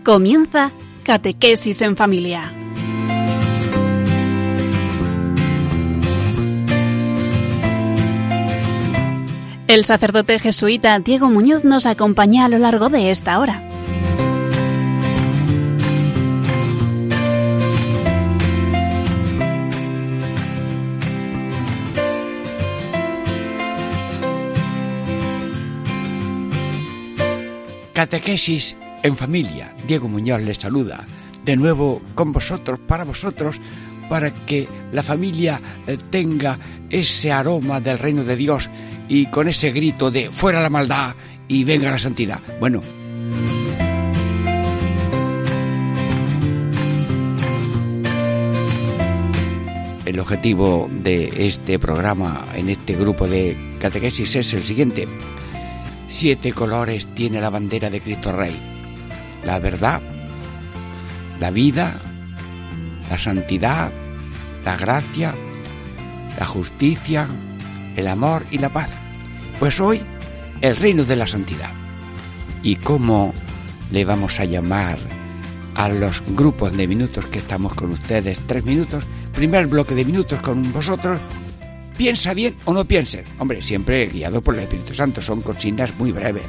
Comienza Catequesis en Familia. El sacerdote jesuita Diego Muñoz nos acompaña a lo largo de esta hora. Catequesis en Familia. Diego Muñoz les saluda de nuevo con vosotros, para que la familia tenga ese aroma del reino de Dios y con ese grito de fuera la maldad y venga la santidad. Bueno, el objetivo de este programa en este grupo de catequesis es el siguiente: 7 colores tiene la bandera de Cristo Rey: la verdad, la vida, la santidad, la gracia, la justicia, el amor y la paz. Pues hoy, el reino de la santidad. ¿Y cómo le vamos a llamar a los grupos de minutos que estamos con ustedes? 3 minutos, primer bloque de minutos con vosotros. ¿Piensa bien o no pienses? Hombre, siempre guiado por el Espíritu Santo, son consignas muy breves.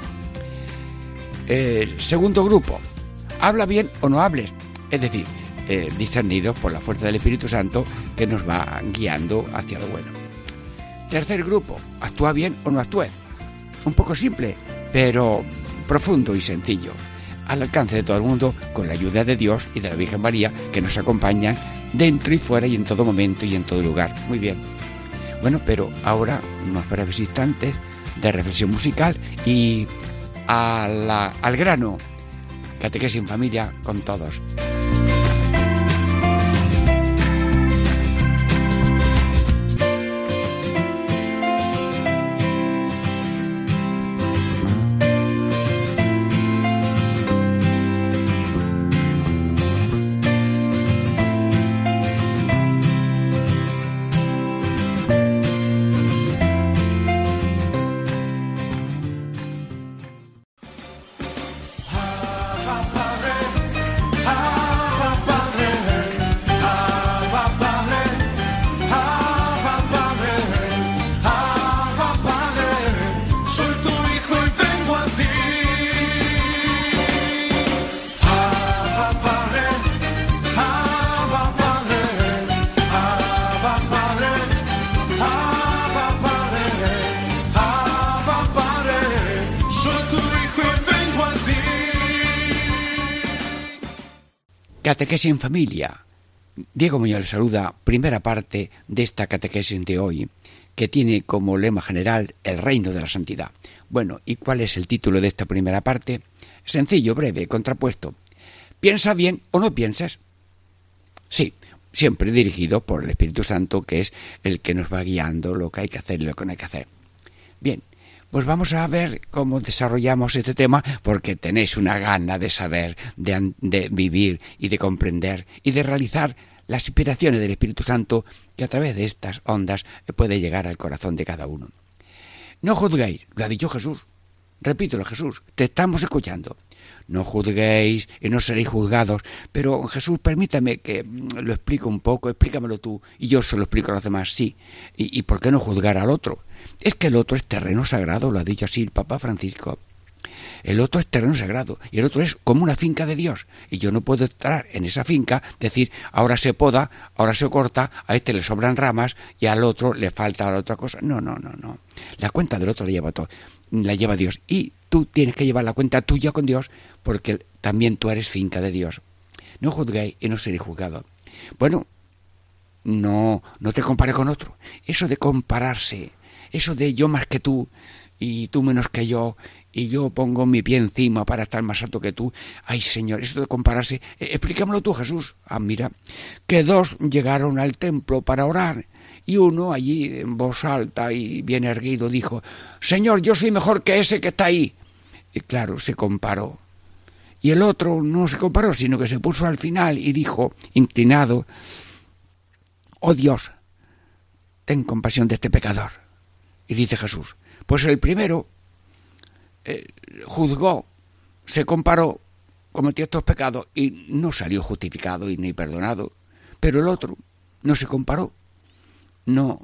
Segundo grupo, habla bien o no hables, es decir, discernidos por la fuerza del Espíritu Santo que nos va guiando hacia lo bueno. Tercer grupo, actúa bien o no actúes. Un poco simple, pero profundo y sencillo, al alcance de todo el mundo, con la ayuda de Dios y de la Virgen María, que nos acompañan dentro y fuera y en todo momento y en todo lugar. Muy bien. Bueno, pero ahora unos breves instantes de reflexión musical y al grano. Catequesis en Familia con todos. Catequesis en Familia. Diego Muñoz les saluda, primera parte de esta catequesis de hoy, que tiene como lema general el reino de la santidad. Bueno, ¿y cuál es el título de esta primera parte? Sencillo, breve, contrapuesto. ¿Piensa bien o no pienses? Sí, siempre dirigido por el Espíritu Santo, que es el que nos va guiando lo que hay que hacer y lo que no hay que hacer. Bien, pues vamos a ver cómo desarrollamos este tema, porque tenéis una gana de saber, de vivir y de comprender y de realizar las inspiraciones del Espíritu Santo, que a través de estas ondas puede llegar al corazón de cada uno. No juzguéis, lo ha dicho Jesús. Repítelo, Jesús, te estamos escuchando. No juzguéis y no seréis juzgados. Pero Jesús, permítame que lo explique un poco, explícamelo tú y yo se lo explico a los demás. Sí, ¿y por qué no juzgar al otro? Es que el otro es terreno sagrado, lo ha dicho así el Papa Francisco. El otro es terreno sagrado y el otro es como una finca de Dios. Y yo no puedo estar en esa finca, decir, ahora se poda, ahora se corta, a este le sobran ramas y al otro le falta la otra cosa. No. La cuenta del otro la lleva Dios. Y tú tienes que llevar la cuenta tuya con Dios, porque también tú eres finca de Dios. No juzguéis y no seréis juzgados. Bueno, no te compares con otro. Eso de compararse, eso de yo más que tú y tú menos que yo, y yo pongo mi pie encima para estar más alto que tú. Ay, Señor, eso de compararse, explícamelo tú, Jesús. Ah, mira, que 2 llegaron al templo para orar, y uno allí en voz alta y bien erguido dijo, Señor, yo soy mejor que ese que está ahí. Y claro, se comparó. Y el otro no se comparó, sino que se puso al final y dijo, inclinado, oh Dios, ten compasión de este pecador. Y dice Jesús, pues el primero juzgó, se comparó cometió estos pecados y no salió justificado y ni perdonado. Pero el otro no se comparó, no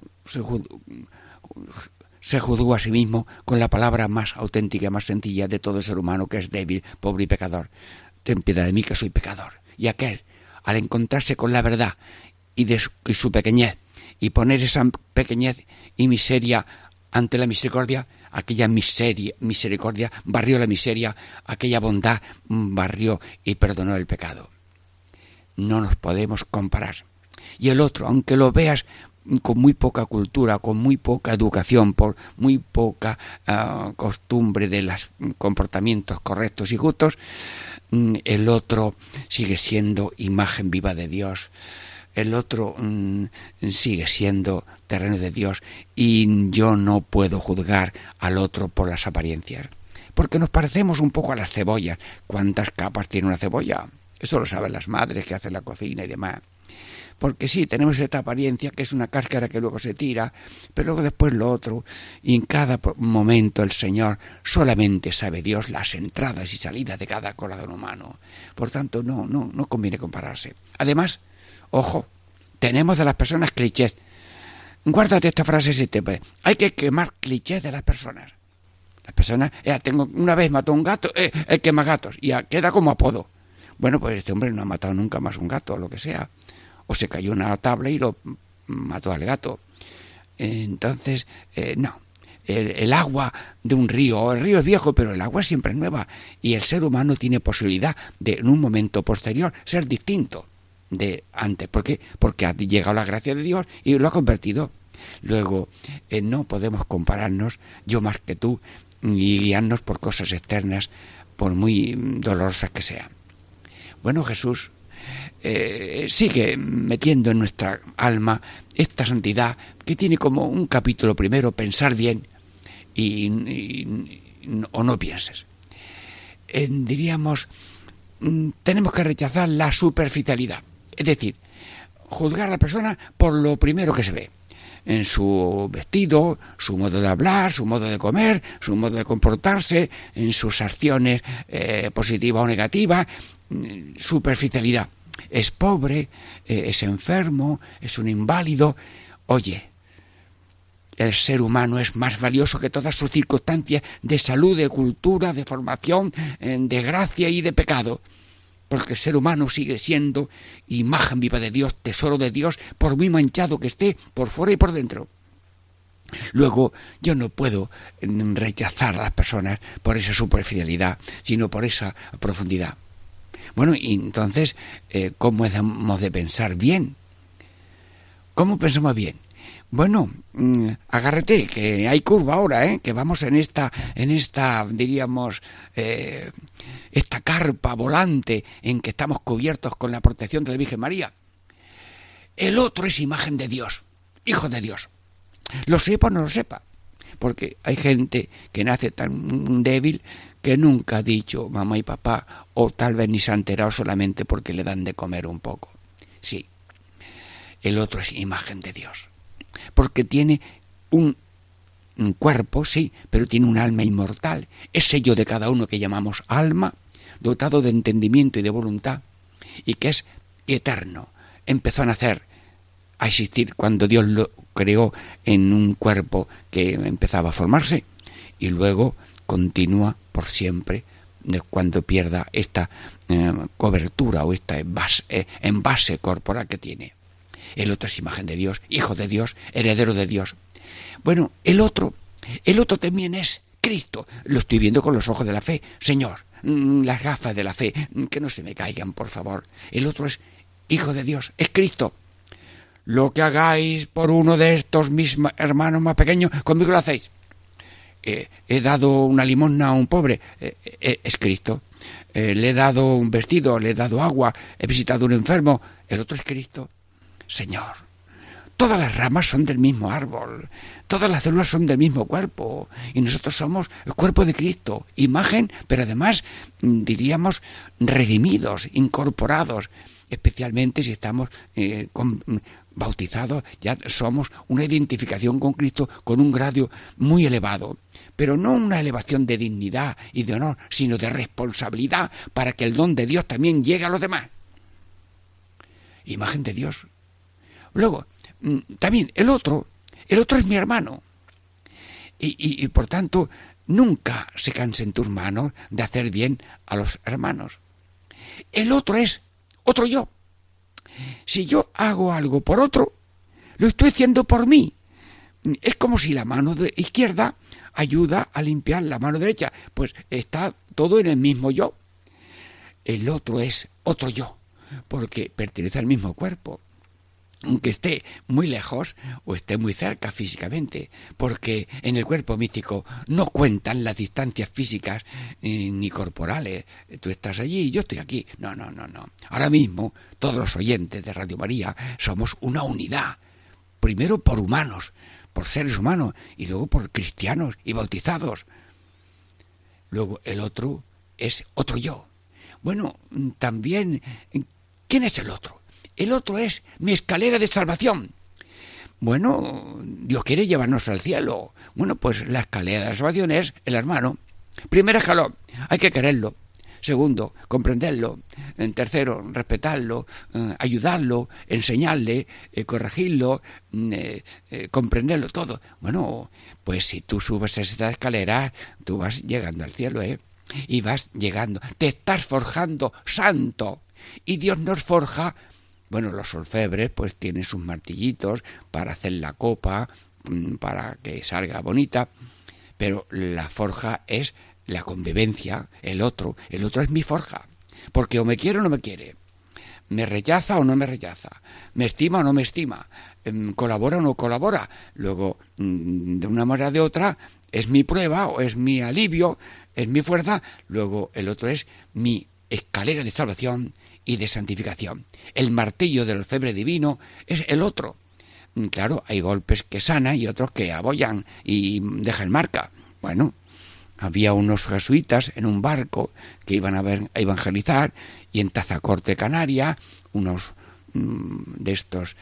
se juzgó a sí mismo con la palabra más auténtica, más sencilla de todo ser humano, que es débil, pobre y pecador. Ten piedad de mí, que soy pecador. Y aquel, al encontrarse con la verdad y su pequeñez, y poner esa pequeñez y miseria ante la misericordia, aquella misericordia barrió la miseria, aquella bondad barrió y perdonó el pecado. No nos podemos comparar. Y el otro, aunque lo veas con muy poca cultura, con muy poca educación, por muy poca costumbre de los comportamientos correctos y justos, el otro sigue siendo imagen viva de Dios. El otro sigue siendo terreno de Dios, y yo no puedo juzgar al otro por las apariencias, porque nos parecemos un poco a las cebollas. ¿Cuántas capas tiene una cebolla? Eso lo saben las madres que hacen la cocina y demás. Porque sí, tenemos esta apariencia que es una cáscara que luego se tira, pero luego después lo otro, y en cada momento el Señor solamente sabe Dios las entradas y salidas de cada corazón humano. Por tanto, no conviene compararse. Además, ojo, tenemos de las personas clichés. Guárdate esta frase si te ve. Hay que quemar clichés de las personas. Las personas, una vez mató un gato, el quema gatos, y queda como apodo. Bueno, pues este hombre no ha matado nunca más un gato, o lo que sea. O se cayó una tabla y lo mató al gato. Entonces, no. El agua de un río, el río es viejo, pero el agua siempre es nueva. Y el ser humano tiene posibilidad de, en un momento posterior, ser distinto de antes. ¿Por qué? Porque ha llegado la gracia de Dios y lo ha convertido. Luego, no podemos compararnos, yo más que tú, y guiarnos por cosas externas, por muy dolorosas que sean. Bueno, Jesús sigue metiendo en nuestra alma esta santidad que tiene como un capítulo primero, pensar bien o no pienses. Diríamos, tenemos que rechazar la superficialidad, es decir, juzgar a la persona por lo primero que se ve, en su vestido, su modo de hablar, su modo de comer, su modo de comportarse, en sus acciones positivas o negativas. Superficialidad. Es pobre, es enfermo, es un inválido. Oye, el ser humano es más valioso que todas sus circunstancias de salud, de cultura, de formación, de gracia y de pecado. Porque el ser humano sigue siendo imagen viva de Dios, tesoro de Dios, por muy manchado que esté, por fuera y por dentro. Luego, yo no puedo rechazar a las personas por esa superficialidad, sino por esa profundidad. Bueno, y entonces, ¿cómo hemos de pensar bien? ¿Cómo pensamos bien? Bueno, agárrate, que hay curva ahora, que vamos en esta, diríamos, esta carpa volante en que estamos cubiertos con la protección de la Virgen María. El otro es imagen de Dios, hijo de Dios. Lo sepa o no lo sepa, porque hay gente que nace tan débil que nunca ha dicho mamá y papá, o tal vez ni se ha enterado solamente porque le dan de comer un poco. Sí, el otro es imagen de Dios, porque tiene un cuerpo, sí, pero tiene un alma inmortal, es sello de cada uno que llamamos alma, dotado de entendimiento y de voluntad, y que es eterno. Empezó a nacer, a existir cuando Dios lo creó en un cuerpo que empezaba a formarse, y luego continúa por siempre cuando pierda esta cobertura o esta envase corporal que tiene. El otro es imagen de Dios, hijo de Dios, heredero de Dios. Bueno, el otro también es Cristo. Lo estoy viendo con los ojos de la fe. Señor, las gafas de la fe, que no se me caigan, por favor. El otro es hijo de Dios, es Cristo. Lo que hagáis por uno de estos mis hermanos más pequeños, conmigo lo hacéis. He dado una limosna a un pobre, es Cristo. Le he dado un vestido, le he dado agua, he visitado a un enfermo, el otro es Cristo. Señor, todas las ramas son del mismo árbol, todas las células son del mismo cuerpo, y nosotros somos el cuerpo de Cristo, imagen, pero además, diríamos, redimidos, incorporados. especialmente si estamos bautizados, ya somos una identificación con Cristo con un grado muy elevado, pero no una elevación de dignidad y de honor, sino de responsabilidad para que el don de Dios también llegue a los demás. Imagen de Dios. Luego, también el otro es mi hermano. Y por tanto, nunca se cansen tus manos de hacer bien a los hermanos. El otro es otro yo. Si yo hago algo por otro, lo estoy haciendo por mí. Es como si la mano izquierda ayuda a limpiar la mano derecha. Pues está todo en el mismo yo. El otro es otro yo, porque pertenece al mismo cuerpo, aunque esté muy lejos o esté muy cerca físicamente, porque en el cuerpo místico no cuentan las distancias físicas ni corporales. Tú estás allí y yo estoy aquí. No. Ahora mismo todos los oyentes de Radio María somos una unidad, primero por humanos, por seres humanos, y luego por cristianos y bautizados. Luego el otro es otro yo. Bueno, también, ¿quién es el otro? El otro es mi escalera de salvación. Bueno, Dios quiere llevarnos al cielo. Bueno, pues la escalera de salvación es el hermano. Primer escalón, hay que quererlo. Segundo, comprenderlo. Tercero, respetarlo, ayudarlo, enseñarle, corregirlo, comprenderlo todo. Bueno, pues si tú subes esa escalera, tú vas llegando al cielo, y vas llegando. Te estás forjando santo. Y Dios nos forja. Bueno, los orfebres pues tienen sus martillitos para hacer la copa, para que salga bonita, pero la forja es la convivencia, el otro es mi forja, porque o me quiere o no me quiere, me rechaza o no me rechaza, me estima o no me estima, colabora o no colabora, luego de una manera o de otra es mi prueba o es mi alivio, es mi fuerza, luego el otro es mi escalera de salvación y de santificación. El martillo del orfebre divino es el otro. Claro, hay golpes que sanan y otros que abollan y dejan marca. Bueno, había unos jesuitas en un barco que iban a evangelizar, y en Tazacorte, Canarias, unos de estos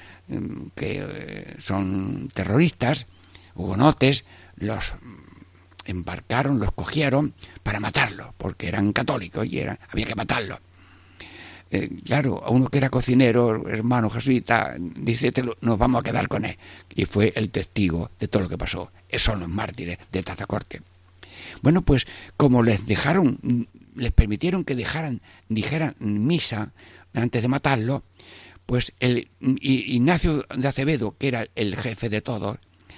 que son terroristas, hugonotes, los embarcaron, los cogieron para matarlos, porque eran católicos y había que matarlos. Claro, a uno que era cocinero, hermano jesuita, dice, nos vamos a quedar con él. Y fue el testigo de todo lo que pasó. Esos son los mártires de Tazacorte. Bueno, pues como les permitieron que dijeran misa antes de matarlo, pues Ignacio de Acevedo, que era el jefe de todos,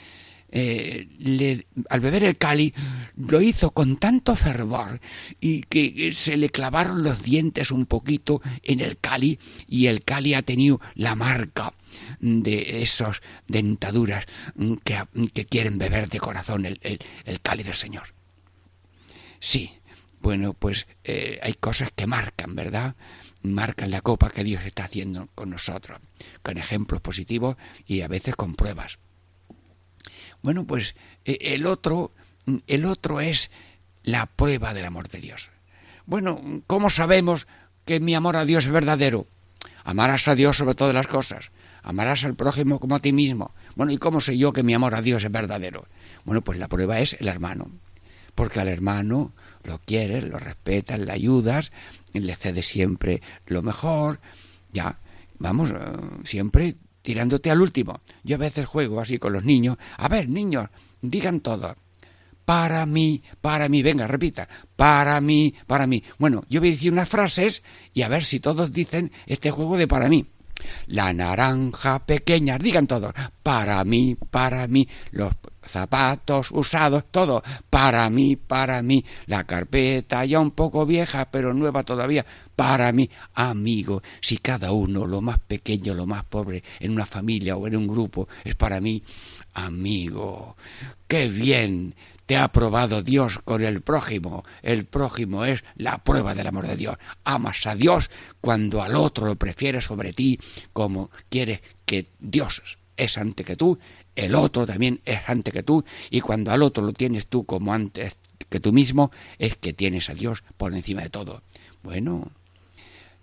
al beber el cáliz lo hizo con tanto fervor y que se le clavaron los dientes un poquito en el cáliz, y el cáliz ha tenido la marca de esas dentaduras que quieren beber de corazón el cáliz del Señor. Sí, bueno, pues hay cosas que marcan, ¿verdad? Marcan la copa que Dios está haciendo con nosotros, con ejemplos positivos y a veces con pruebas. Bueno, pues el otro es la prueba del amor de Dios. Bueno, ¿cómo sabemos que mi amor a Dios es verdadero? Amarás a Dios sobre todas las cosas. Amarás al prójimo como a ti mismo. Bueno, ¿y cómo sé yo que mi amor a Dios es verdadero? Bueno, pues la prueba es el hermano. Porque al hermano lo quieres, lo respetas, le ayudas, le cedes siempre lo mejor. Ya, vamos, siempre tirándote al último. Yo a veces juego así con los niños. A ver, niños, digan todo. Para mí, venga, repita. Para mí. Bueno, yo voy a decir unas frases y a ver si todos dicen este juego de para mí. La naranja pequeña, digan todos. Para mí. Los zapatos usados, todo. Para mí. La carpeta ya un poco vieja, pero nueva todavía. Para mí, amigo. Si cada uno, lo más pequeño, lo más pobre, en una familia o en un grupo, es para mí, amigo. ¡Qué bien! Te ha probado Dios con el prójimo. El prójimo es la prueba del amor de Dios. Amas a Dios cuando al otro lo prefieres sobre ti, como quieres que Dios es antes que tú, el otro también es antes que tú, y cuando al otro lo tienes tú como antes que tú mismo, es que tienes a Dios por encima de todo. Bueno,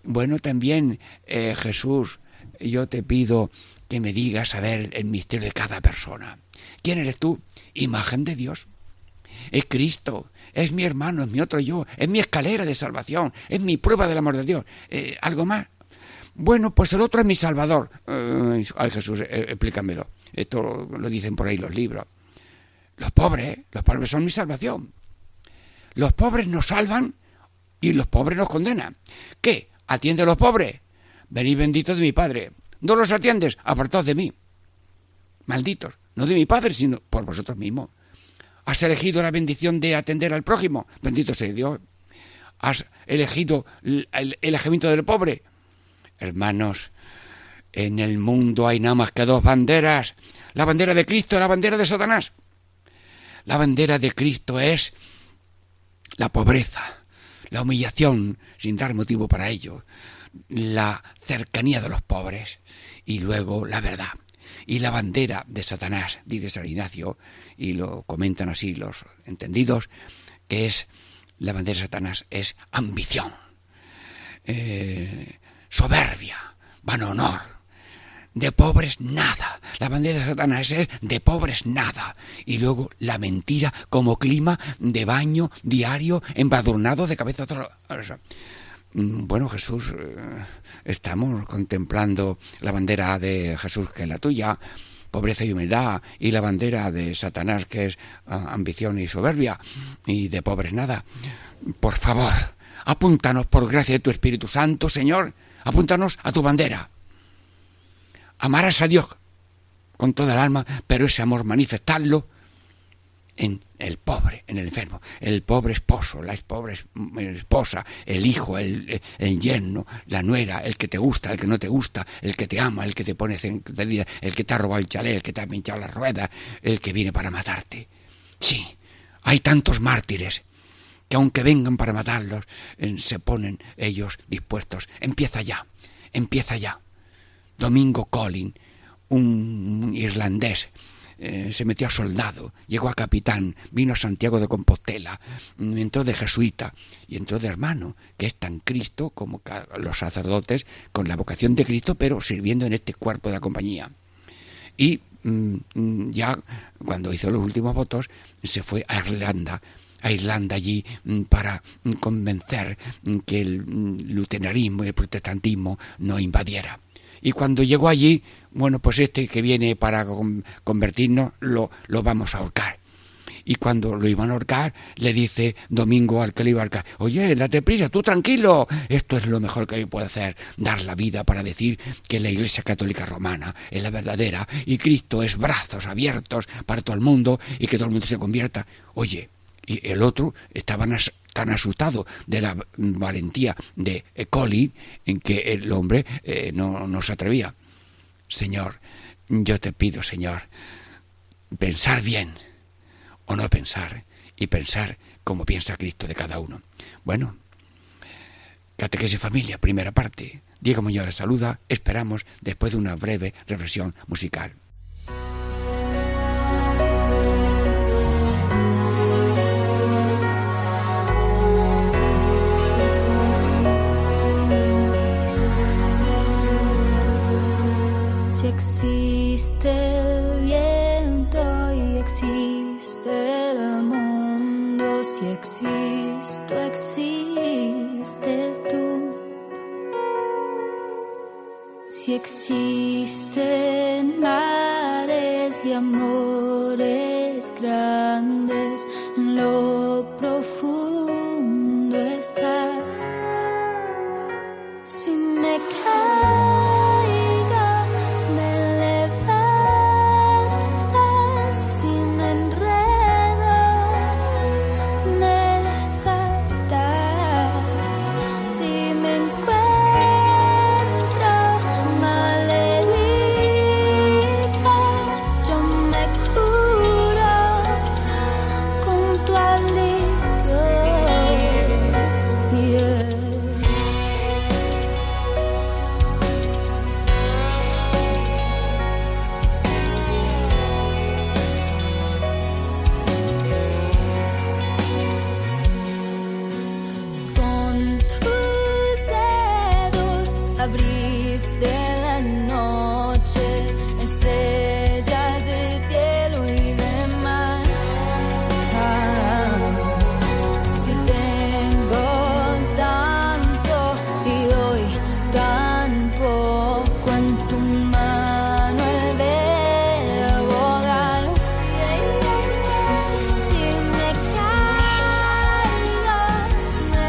Bueno, también, Jesús, yo te pido que me digas, a ver, el misterio de cada persona. ¿Quién eres tú? Imagen de Dios. Es Cristo, es mi hermano, es mi otro yo, es mi escalera de salvación, es mi prueba del amor de Dios. ¿Algo más? Bueno, pues el otro es mi Salvador. Ay, Jesús, explícamelo. Esto lo dicen por ahí los libros. Los pobres son mi salvación. Los pobres nos salvan y los pobres nos condenan. ¿Qué? ¿Atiende a los pobres? Venid benditos de mi Padre. ¿No los atiendes? Apartaos de mí. Malditos, no de mi Padre, sino por vosotros mismos. ¿Has elegido la bendición de atender al prójimo? Bendito sea Dios. ¿Has elegido el alejamiento del pobre? Hermanos, en el mundo hay nada más que dos banderas. La bandera de Cristo y la bandera de Satanás. La bandera de Cristo es la pobreza, la humillación sin dar motivo para ello, la cercanía de los pobres y luego la verdad. Y la bandera de Satanás, dice San Ignacio, y lo comentan así los entendidos, que es la bandera de Satanás es ambición, soberbia, vano honor. De pobres nada. La bandera de Satanás es de pobres nada. Y luego la mentira como clima de baño diario embadurnado de cabeza a otro. Bueno, Jesús, estamos contemplando la bandera de Jesús, que es la tuya, pobreza y humildad, y la bandera de Satanás, que es ambición y soberbia, y de pobres nada. Por favor, apúntanos por gracia de tu Espíritu Santo, Señor, apúntanos a tu bandera. Amarás a Dios con toda el alma, pero ese amor manifestarlo en el pobre, en el enfermo, el pobre esposo, la pobre esposa, el hijo, el yerno, la nuera, el que te gusta, el que no te gusta, el que te ama, el que te pone vida, el que te ha robado el chalet, el que te ha pinchado las ruedas, el que viene para matarte. Sí, hay tantos mártires que aunque vengan para matarlos, se ponen ellos dispuestos. Empieza ya. Domingo Collin, un irlandés, se metió a soldado, llegó a capitán, vino a Santiago de Compostela, entró de jesuita y entró de hermano, que es tan Cristo como los sacerdotes, con la vocación de Cristo, pero sirviendo en este cuerpo de la compañía. Y ya cuando hizo los últimos votos, se fue a Irlanda allí para convencer que el luteranismo y el protestantismo no invadiera. Y cuando llegó allí, bueno, pues este que viene para convertirnos lo vamos a ahorcar. Y cuando lo iban a ahorcar, le dice Domingo al que le iba a ahorcar: oye, date prisa, tú tranquilo, esto es lo mejor que yo puedo hacer, dar la vida para decir que la Iglesia Católica Romana es la verdadera y Cristo es brazos abiertos para todo el mundo y que todo el mundo se convierta. Oye, y el otro estaba tan asustado de la valentía de Collin en que el hombre no se atrevía. Señor, yo te pido, Señor, pensar bien o no pensar, y pensar como piensa Cristo de cada uno. Bueno, Catequesis Familia, primera parte. Diego Muñoz les saluda. Esperamos después de una breve reflexión musical. Si existe el viento y existe el mundo, si existo, existes tú. Si existen mares y amores grandes, en lo profundo estás. Si me caigo, Abriste la noche, estrellas de cielo y de mar. Si tengo tanto y doy tan poco en tu mano el verbo dar. Si me caigo, me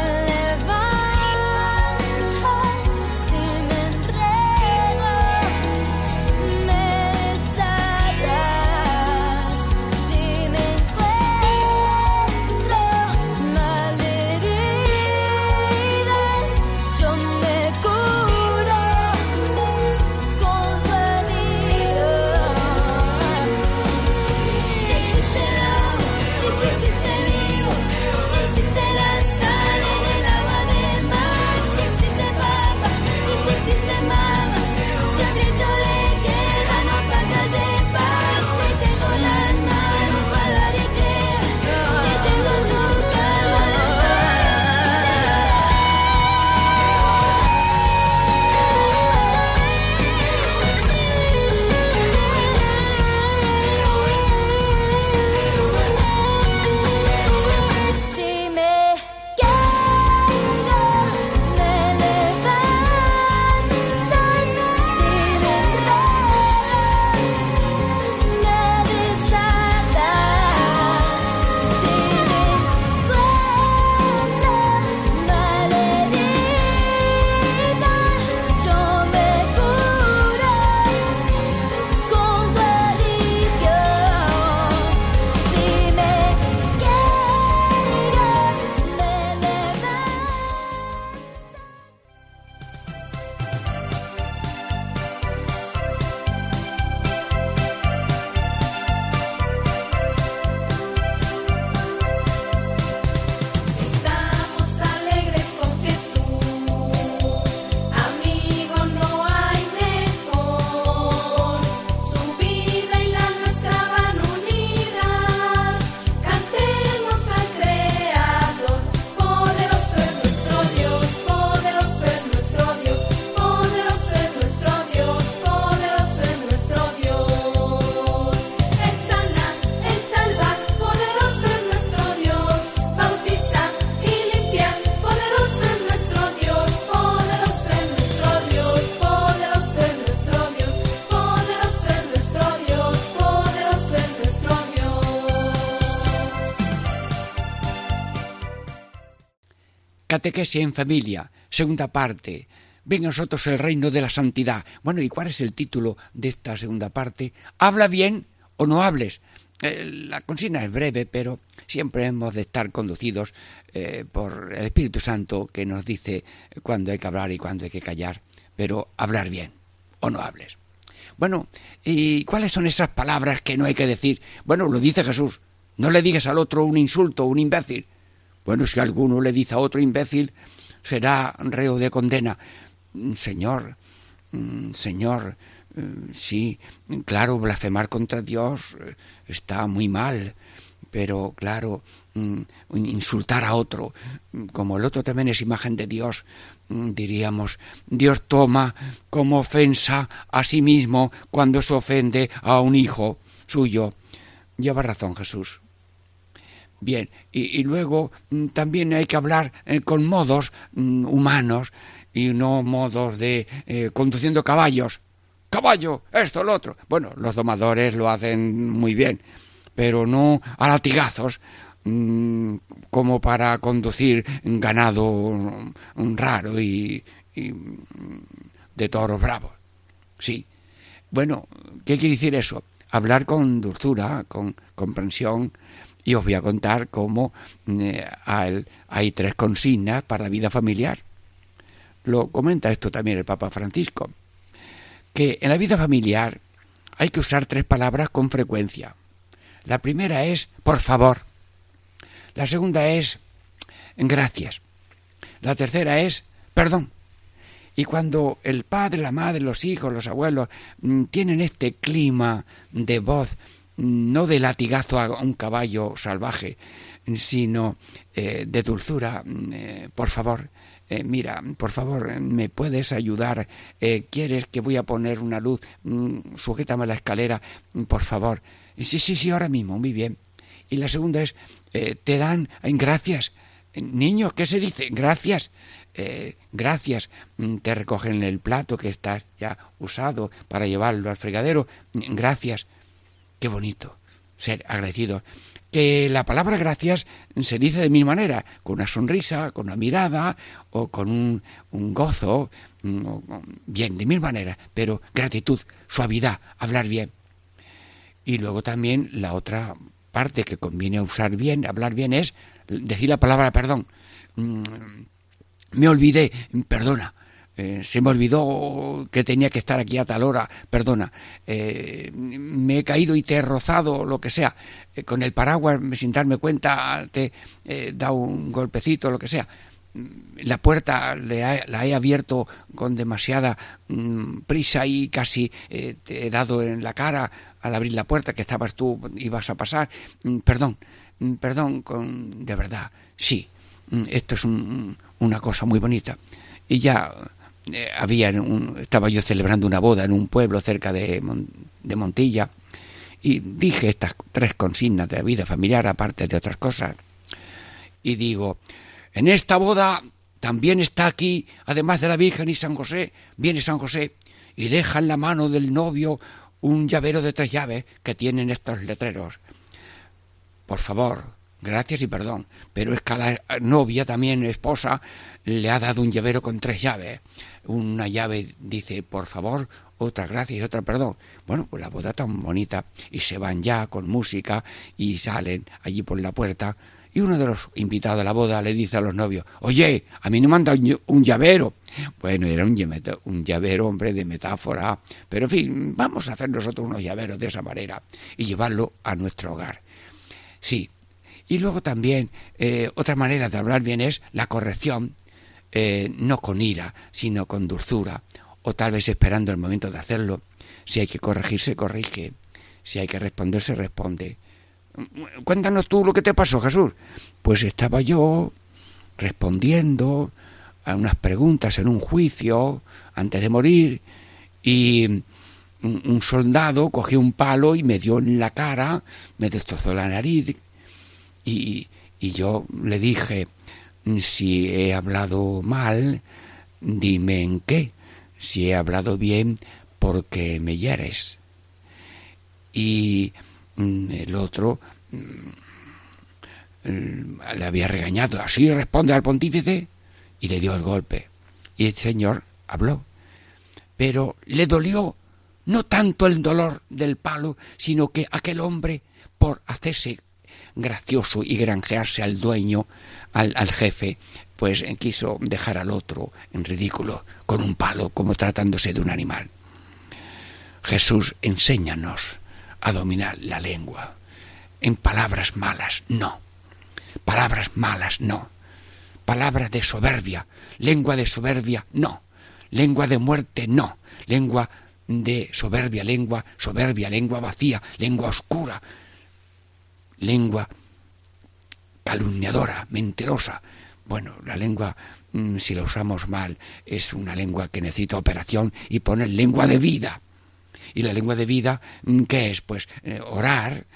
levantas. Si me enredo, me desatas. Si me encuentro malherida, yo me curo con tu alivio. Si existe el agua, y si existe el vivo, si existe la sal en el agua del mar, si existe papa, y si existe mama, si el grito de guerra no paga de paz, si tengo las manos para dar y creer, si tengo tu calma de Si me caigo, me levantas. Si me enredo, me desatas. Si me encuentro malherida, yo me curo con tu alivio. Si me caigo, me levantas. Estamos alegres con Jesús, amigo no hay mejor. Su vida y la nuestra van unidas. Cantemos al Creador. Poderoso es nuestro Dios, poderoso es nuestro Dios, poderoso es nuestro Dios, poderoso es nuestro Dios. Él sana, Él salva, poderoso es nuestro Dios. Bautiza y limpia, poderoso es nuestro Dios, poderoso es nuestro Dios, poderoso es nuestro Dios, poderoso es nuestro Dios, poderoso es nuestro Dios. Catequesis en familia, segunda parte. Venga a nosotros el reino de la santidad. Bueno, ¿y cuál es el título de esta segunda parte? ¿Habla bien o no hables? La consigna es breve, pero siempre hemos de estar conducidos por el Espíritu Santo, que nos dice cuándo hay que hablar y cuándo hay que callar. Pero hablar bien o no hables. Bueno, ¿y cuáles son esas palabras que no hay que decir? Bueno, lo dice Jesús. No le digas al otro un insulto, un imbécil. Bueno, si alguno le dice a otro imbécil, será reo de condena. Señor, sí, claro, blasfemar contra Dios está muy mal, pero claro, insultar a otro, como el otro también es imagen de Dios, diríamos, Dios toma como ofensa a sí mismo cuando se ofende a un hijo suyo. Lleva razón Jesús. Bien, y luego también hay que hablar con modos humanos y no modos de conduciendo caballos. ¡Caballo! Esto, lo otro. Bueno, los domadores lo hacen muy bien, pero no a latigazos como para conducir ganado raro y de toros bravos. Sí. Bueno, ¿qué quiere decir eso? Hablar con dulzura, con comprensión. Y os voy a contar cómo hay 3 consignas para la vida familiar. Lo comenta esto también el Papa Francisco, que en la vida familiar hay que usar 3 palabras con frecuencia. La primera es por favor, la segunda es gracias, la tercera es perdón. Y cuando el padre, la madre, los hijos, los abuelos tienen este clima de voz, no de latigazo a un caballo salvaje, sino de dulzura. Por favor, mira, por favor, ¿me puedes ayudar? ¿Quieres que voy a poner una luz? Sujétame la escalera, por favor. Sí, ahora mismo, muy bien. Y la segunda es, te dan gracias. Niños, ¿qué se dice? Gracias. Gracias. Te recogen el plato que está ya usado para llevarlo al fregadero. Gracias. Qué bonito ser agradecidos. Que la palabra gracias se dice de mil maneras, con una sonrisa, con una mirada o con un gozo, bien, de mil maneras, pero gratitud, suavidad, hablar bien. Y luego también la otra parte que conviene usar bien, hablar bien, es decir la palabra perdón. Me olvidé, perdona. Se me olvidó que tenía que estar aquí a tal hora, perdona. Me he caído y te he rozado, lo que sea. Con el paraguas, sin darme cuenta, te he dado un golpecito, lo que sea. La puerta la he abierto con demasiada prisa y casi te he dado en la cara al abrir la puerta, que estabas tú, ibas a pasar. Perdón, de verdad, sí. Esto es una cosa muy bonita. Y ya estaba yo celebrando una boda en un pueblo cerca de Montilla, y dije estas 3 consignas de la vida familiar, aparte de otras cosas, y digo, en esta boda también está aquí, además de la Virgen y San José, viene San José y deja en la mano del novio un llavero de 3 llaves que tienen estos letreros. Por favor, gracias y perdón, pero es que a la novia, también esposa, le ha dado un llavero con 3 llaves. Una llave dice por favor, otra gracias y otra perdón. Bueno, pues la boda tan bonita, y se van ya con música y salen allí por la puerta, y uno de los invitados a la boda le dice a los novios, oye, a mí no me han dado un llavero. Bueno, era un llavero, hombre, de metáfora, pero en fin, vamos a hacer nosotros unos llaveros de esa manera y llevarlo a nuestro hogar. Sí. Y luego también otra manera de hablar bien es la corrección, no con ira, sino con dulzura, o tal vez esperando el momento de hacerlo. Si hay que corregir, se corrige. Si hay que responder, se responde. Cuéntanos tú lo que te pasó, Jesús. Pues estaba yo respondiendo a unas preguntas en un juicio antes de morir, y un soldado cogió un palo y me dio en la cara, me destrozó la nariz. Y yo le dije, si he hablado mal, dime en qué. Si he hablado bien, ¿por qué me hieres? Y el otro le había regañado, así responde al pontífice, y le dio el golpe. Y el señor habló, pero le dolió no tanto el dolor del palo, sino que aquel hombre, por hacerse gracioso y granjearse al dueño, al jefe, pues quiso dejar al otro en ridículo con un palo, como tratándose de un animal. Jesús, enséñanos a dominar la lengua. En palabras malas, no. Palabras malas, no. Palabras de soberbia, lengua de soberbia, no. Lengua de muerte, no. Lengua de soberbia, lengua vacía, lengua oscura, lengua calumniadora, mentirosa. Bueno, la lengua, si la usamos mal, es una lengua que necesita operación, y poner lengua de vida. Y la lengua de vida, ¿qué es? Pues orar,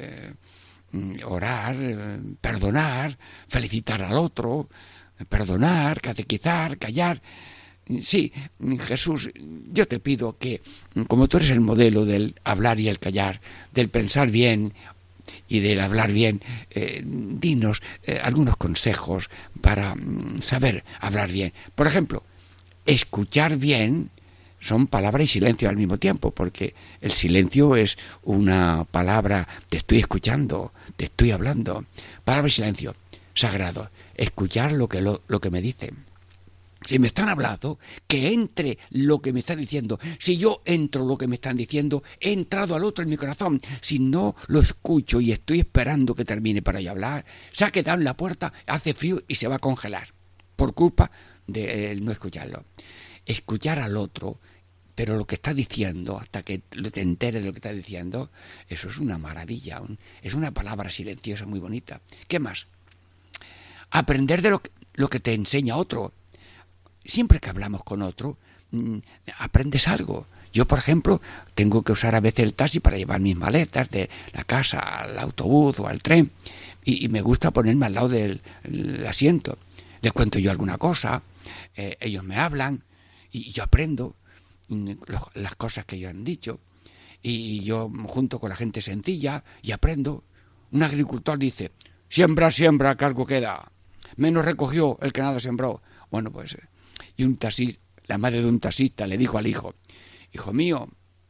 perdonar, felicitar al otro, perdonar, catequizar, callar. Sí, Jesús, yo te pido que, como tú eres el modelo del hablar y el callar, del pensar bien y del hablar bien, dinos algunos consejos para saber hablar bien. Por ejemplo, escuchar bien son palabra y silencio al mismo tiempo, porque el silencio es una palabra, te estoy escuchando, te estoy hablando. Palabra y silencio, sagrado. Escuchar lo que me dicen. Si me están hablando, que entre lo que me están diciendo. Si yo entro lo que me están diciendo, he entrado al otro en mi corazón. Si no lo escucho y estoy esperando que termine para yo hablar, se ha quedado en la puerta, hace frío y se va a congelar por culpa de no escucharlo. Escuchar al otro pero lo que está diciendo, hasta que te enteres de lo que está diciendo, eso es una maravilla, es una palabra silenciosa muy bonita. ¿Qué más? Aprender de lo que te enseña otro. Siempre que hablamos con otro, aprendes algo. Yo, por ejemplo, tengo que usar a veces el taxi para llevar mis maletas de la casa al autobús o al tren, y me gusta ponerme al lado del asiento. Les cuento yo alguna cosa, ellos me hablan, y yo aprendo las cosas que ellos han dicho, y yo junto con la gente sencilla y aprendo. Un agricultor dice: siembra, siembra, que algo queda, menos recogió el que nada sembró. Bueno, pues, y la madre de un taxista le dijo al hijo: hijo mío,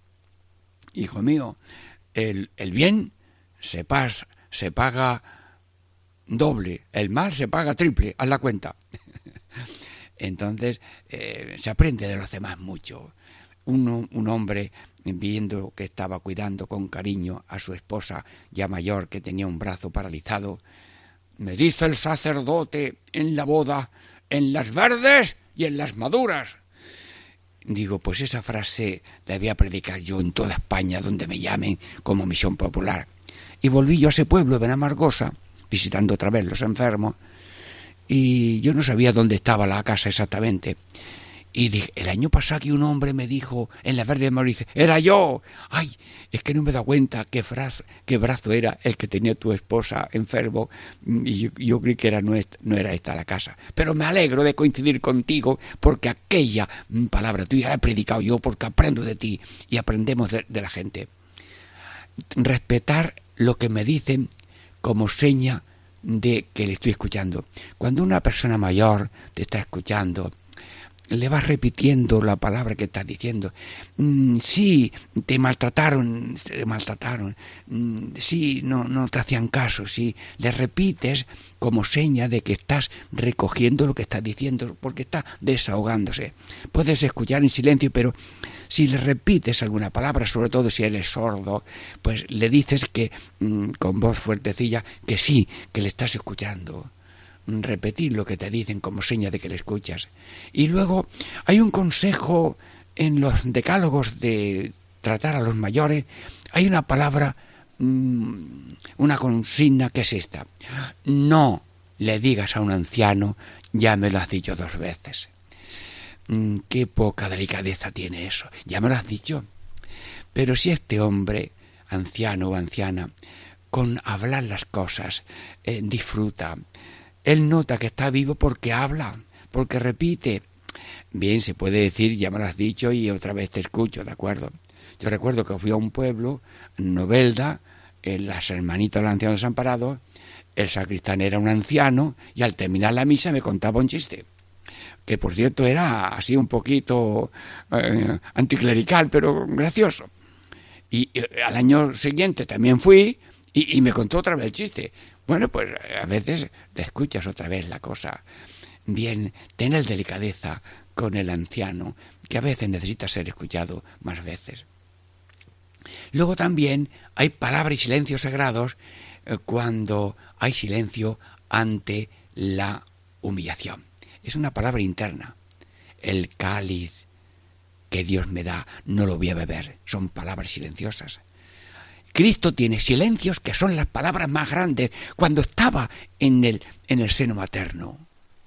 el bien se paga doble, el mal se paga triple, haz la cuenta. Entonces, se aprende de los demás mucho. Un hombre, viendo que estaba cuidando con cariño a su esposa ya mayor, que tenía un brazo paralizado: me dice el sacerdote en la boda, en las verdes y en las maduras. Digo, pues esa frase la voy a predicar yo en toda España, donde me llamen, como misión popular. Y volví yo a ese pueblo de Benamargosa, visitando otra vez los enfermos, y yo no sabía dónde estaba la casa exactamente. Y dije, el año pasado que un hombre me dijo en la verde de Mauricio: era yo. Ay, es que no me he dado cuenta qué brazo era el que tenía tu esposa enfermo, y yo creí que no era esta la casa. Pero me alegro de coincidir contigo, porque aquella palabra tuya la he predicado yo, porque aprendo de ti y aprendemos de la gente. Respetar lo que me dicen como seña de que le estoy escuchando. Cuando una persona mayor te está escuchando, le vas repitiendo la palabra que estás diciendo. Sí, te maltrataron, sí, no te hacían caso, sí. Le repites como seña de que estás recogiendo lo que estás diciendo, porque está desahogándose. Puedes escuchar en silencio, pero si le repites alguna palabra, sobre todo si él es sordo, pues le dices que con voz fuertecilla que sí, que le estás escuchando. Repetir lo que te dicen como seña de que le escuchas. Y luego hay un consejo en los decálogos de tratar a los mayores. Hay una palabra, una consigna, que es esta: no le digas a un anciano, ya me lo has dicho 2 veces. Qué poca delicadeza tiene eso, ya me lo has dicho. Pero si este hombre, anciano o anciana, con hablar las cosas, disfruta, él nota que está vivo porque habla, porque repite. Bien, se puede decir, ya me lo has dicho y otra vez te escucho, ¿de acuerdo? Yo recuerdo que fui a un pueblo, Novelda, las hermanitas de los ancianos desamparados, el sacristán era un anciano, y al terminar la misa me contaba un chiste, que por cierto era así un poquito anticlerical, pero gracioso. Y al año siguiente también fui y me contó otra vez el chiste. Bueno, pues a veces le escuchas otra vez la cosa. Bien, ten el delicadeza con el anciano, que a veces necesita ser escuchado más veces. Luego también hay palabras y silencios sagrados cuando hay silencio ante la humillación. Es una palabra interna. El cáliz que Dios me da no lo voy a beber. Son palabras silenciosas. Cristo tiene silencios que son las palabras más grandes. Cuando estaba en el seno materno,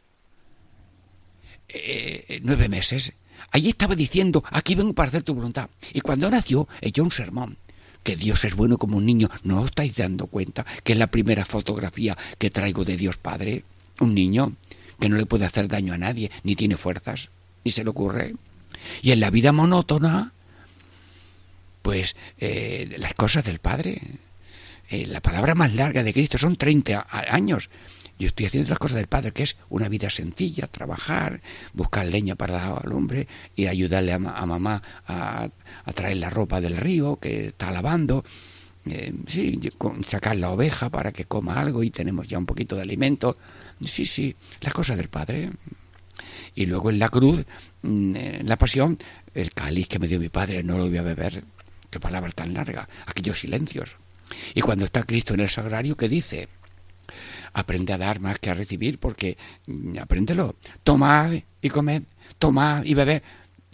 9 meses, allí estaba diciendo: aquí vengo para hacer tu voluntad. Y cuando nació, echó un sermón: que Dios es bueno como un niño. ¿No os estáis dando cuenta que es la primera fotografía que traigo de Dios Padre? Un niño que no le puede hacer daño a nadie, ni tiene fuerzas, ni se le ocurre. Y en la vida monótona, pues las cosas del Padre. La palabra más larga de Cristo son 30 años. Yo estoy haciendo las cosas del Padre, que es una vida sencilla: trabajar, buscar leña para la lumbre, ir a ayudarle a mamá a traer la ropa del río que está lavando, sacar la oveja para que coma algo y tenemos ya un poquito de alimento. Sí, las cosas del Padre. Y luego en la cruz, en la pasión, el cáliz que me dio mi Padre no lo voy a beber. Qué palabra tan larga, aquellos silencios. Y cuando está Cristo en el sagrario, ¿qué dice? Aprende a dar más que a recibir, porque apréndelo. Tomad y comed, tomad y bebed.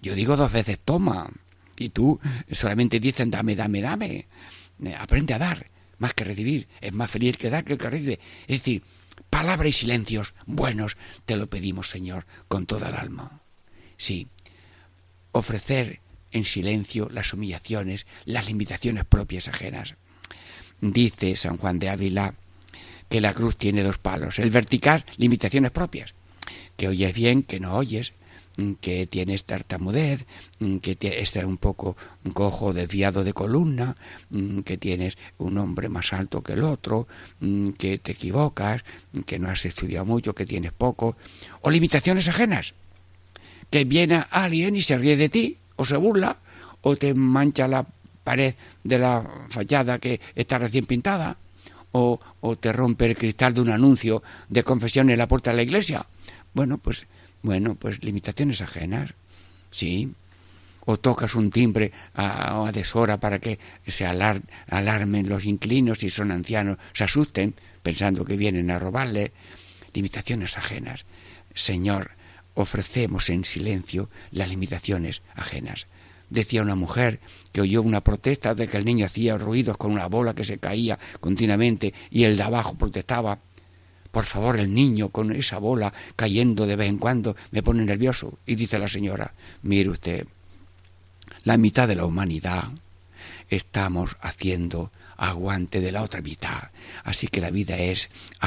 Yo digo 2 veces toma, y tú solamente dices dame, dame, dame. Aprende a dar, más que recibir. Es más feliz el que da que el que recibe. Es decir, palabra y silencios buenos te lo pedimos, Señor, con toda el alma. Sí, ofrecer en silencio las humillaciones, las limitaciones propias ajenas. Dice San Juan de Ávila que la cruz tiene 2 palos. El vertical, limitaciones propias. Que oyes bien, que no oyes, que tienes tartamudez, que estás un poco cojo, desviado de columna, que tienes un hombre más alto que el otro, que te equivocas, que no has estudiado mucho, que tienes poco. O limitaciones ajenas. Que viene alguien y se ríe de ti, o se burla, o te mancha la pared de la fachada que está recién pintada, o te rompe el cristal de un anuncio de confesión en la puerta de la iglesia. Bueno, pues limitaciones ajenas, sí. O tocas un timbre a deshora para que se alarmen los inquilinos, si son ancianos, se asusten pensando que vienen a robarle. Limitaciones ajenas. Señor, ofrecemos en silencio las limitaciones ajenas. Decía una mujer que oyó una protesta de que el niño hacía ruidos con una bola que se caía continuamente y el de abajo protestaba. Por favor, el niño con esa bola cayendo de vez en cuando me pone nervioso. Y dice la señora, mire usted, la mitad de la humanidad estamos haciendo aguante de la otra mitad. Así que la vida es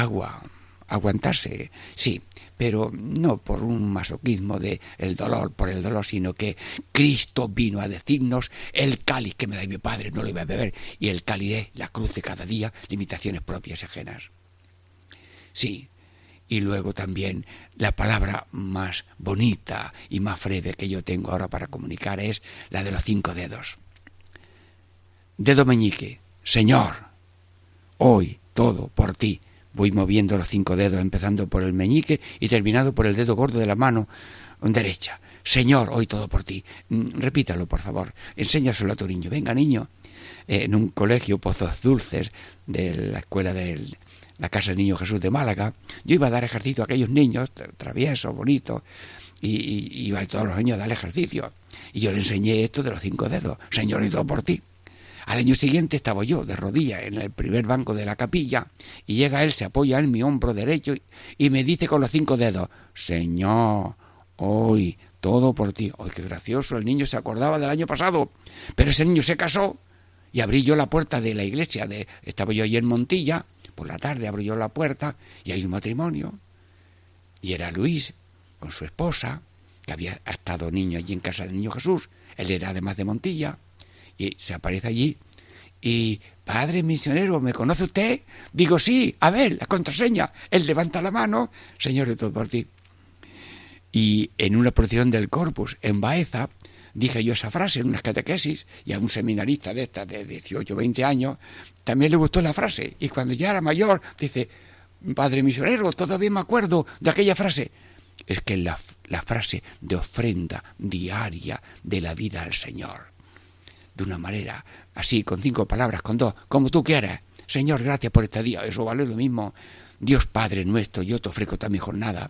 aguantarse, sí, pero no por un masoquismo de el dolor por el dolor, sino que Cristo vino a decirnos: el cáliz que me da mi Padre no lo iba a beber, y el cáliz es la cruz de cada día, limitaciones propias y ajenas. Sí, y luego también la palabra más bonita y más breve que yo tengo ahora para comunicar es la de los 5 dedos. Dedo meñique, Señor, hoy todo por ti. Voy moviendo los 5 dedos, empezando por el meñique y terminando por el dedo gordo de la mano derecha. Señor, hoy todo por ti. Repítalo, por favor. Enséñaselo a tu niño. Venga, niño. En un colegio, Pozos Dulces, de la escuela de la Casa del Niño Jesús de Málaga, yo iba a dar ejercicio a aquellos niños traviesos, bonitos, y iba todos los años a dar ejercicio. Y yo le enseñé esto de los 5 dedos. Señor, hoy todo por ti. Al año siguiente estaba yo de rodillas en el primer banco de la capilla y llega él, se apoya en mi hombro derecho y me dice con los 5 dedos: Señor, hoy todo por ti. ¡Ay, qué gracioso! El niño se acordaba del año pasado, pero ese niño se casó y abrí yo la puerta de la iglesia. Estaba yo allí en Montilla, por la tarde abrí yo la puerta y hay un matrimonio. Y era Luis con su esposa, que había estado niño allí en casa del Niño Jesús. Él era además de Montilla. Y se aparece allí y: Padre misionero, ¿me conoce usted? Digo, sí, a ver, la contraseña. Él levanta la mano: Señor, de todo por ti. Y en una procesión del Corpus en Baeza dije yo esa frase en unas catequesis, y a un seminarista de estas de 18 o 20 años también le gustó la frase, y cuando ya era mayor dice: Padre misionero, todavía me acuerdo de aquella frase. Es que la frase de ofrenda diaria de la vida al Señor, de una manera así, con 5 palabras, con 2, como tú quieras. Señor, gracias por este día. Eso vale lo mismo. Dios Padre nuestro, yo te ofrezco toda mi jornada.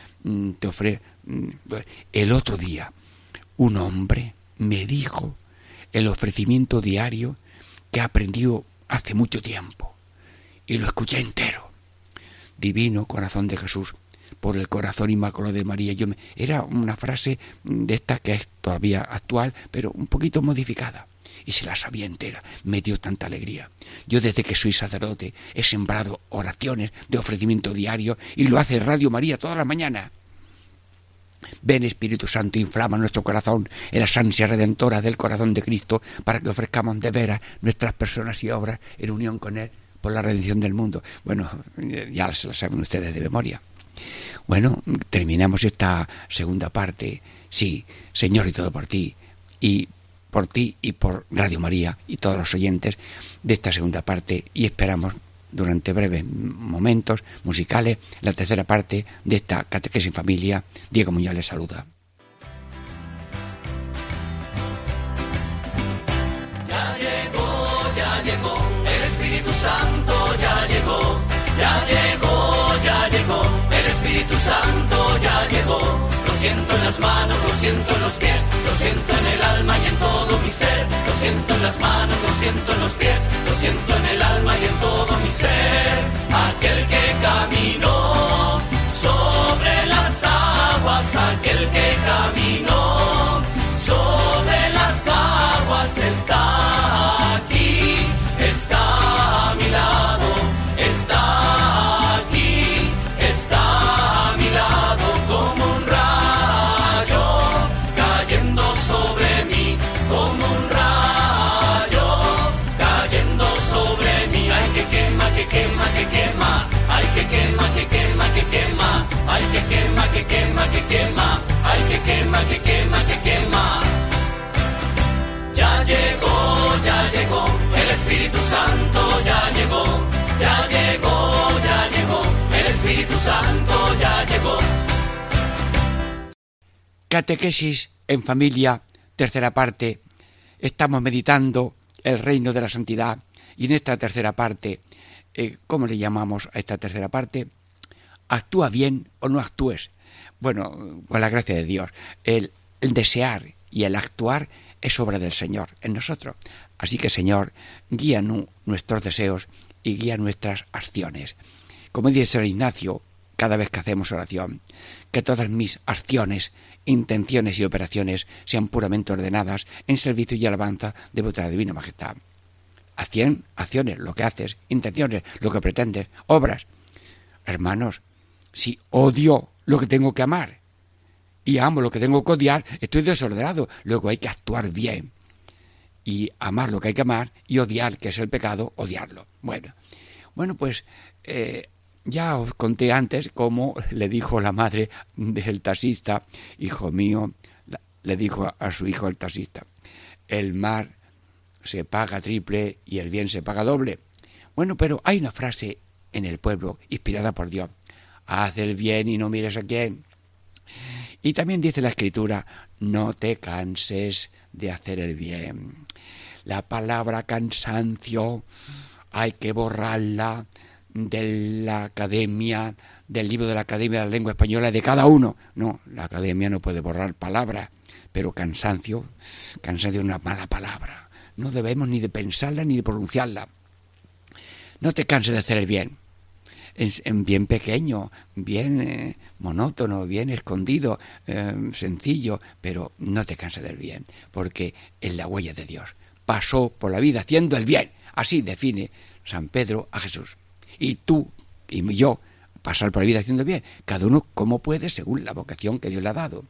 El otro día un hombre me dijo el ofrecimiento diario que aprendió hace mucho tiempo y lo escuché entero. Divino corazón de Jesús, por el corazón inmaculado de María. Era una frase de esta que es todavía actual, pero un poquito modificada. Y se la sabía entera. Me dio tanta alegría. Yo desde que soy sacerdote he sembrado oraciones de ofrecimiento diario y lo hace Radio María todas las mañanas. Ven, Espíritu Santo, inflama nuestro corazón en las ansias redentoras del corazón de Cristo para que ofrezcamos de veras nuestras personas y obras en unión con Él por la redención del mundo. Bueno, ya se la saben ustedes de memoria. Bueno, terminamos esta segunda parte. Sí, Señor, y todo por ti. Y por ti y por Radio María y todos los oyentes de esta segunda parte, y esperamos durante breves momentos musicales la tercera parte de esta catequesis en familia. Diego Muñoz les saluda. Ya llegó, el Espíritu Santo ya llegó, el Espíritu Santo ya llegó. Lo siento en las manos, lo siento en los pies, lo ser, lo siento en las manos, lo siento en los pies, lo siento en el alma y en todo mi ser. Aquel que caminó sobre las aguas, aquel que caminó sobre las aguas está aquí, está a mi lado, está aquí, está a mi lado como un rayo cayendo sobre mí, como un rayo cayendo sobre mí. Ay, que quema, que quema, que quema, ay, que quema, que quema, que quema, ay, que quema, que quema, que quema, ay, que quema, que quema, que quema. Ya llegó, el Espíritu Santo ya llegó, ya llegó, ya llegó, el Espíritu Santo ya llegó. Catequesis en familia, tercera parte. Estamos meditando el reino de la santidad y en esta tercera parte, ¿cómo le llamamos a esta tercera parte? Actúa bien o no actúes. Bueno, con la gracia de Dios, el desear y el actuar es obra del Señor en nosotros. Así que, Señor, guía nuestros deseos y guía nuestras acciones. Como dice San Ignacio, cada vez que hacemos oración, que todas mis acciones, intenciones y operaciones sean puramente ordenadas en servicio y alabanza de vuestra divina majestad. Acciones, lo que haces, intenciones, lo que pretendes, obras. Hermanos, si odio lo que tengo que amar y amo lo que tengo que odiar, estoy desordenado. Luego hay que actuar bien y amar lo que hay que amar y odiar, que es el pecado, odiarlo. Bueno, pues ya os conté antes cómo le dijo la madre del taxista, hijo mío, le dijo a su hijo el taxista, el mal se paga triple y el bien se paga doble. Bueno, pero hay una frase en el pueblo inspirada por Dios, haz el bien y no mires a quién. Y también dice la Escritura, no te canses de hacer el bien. La palabra cansancio hay que borrarla de la academia, del libro de la Academia de la Lengua Española de cada uno. No, la academia no puede borrar palabras, pero cansancio es una mala palabra. No debemos ni de pensarla ni de pronunciarla. No te canses de hacer el bien. En bien pequeño, bien monótono, bien escondido, sencillo, pero no te canses del bien, porque es la huella de Dios. Pasó por la vida haciendo el bien. Así define San Pedro a Jesús. Y tú y yo, pasar por la vida haciendo el bien. Cada uno como puede, según la vocación que Dios le ha dado.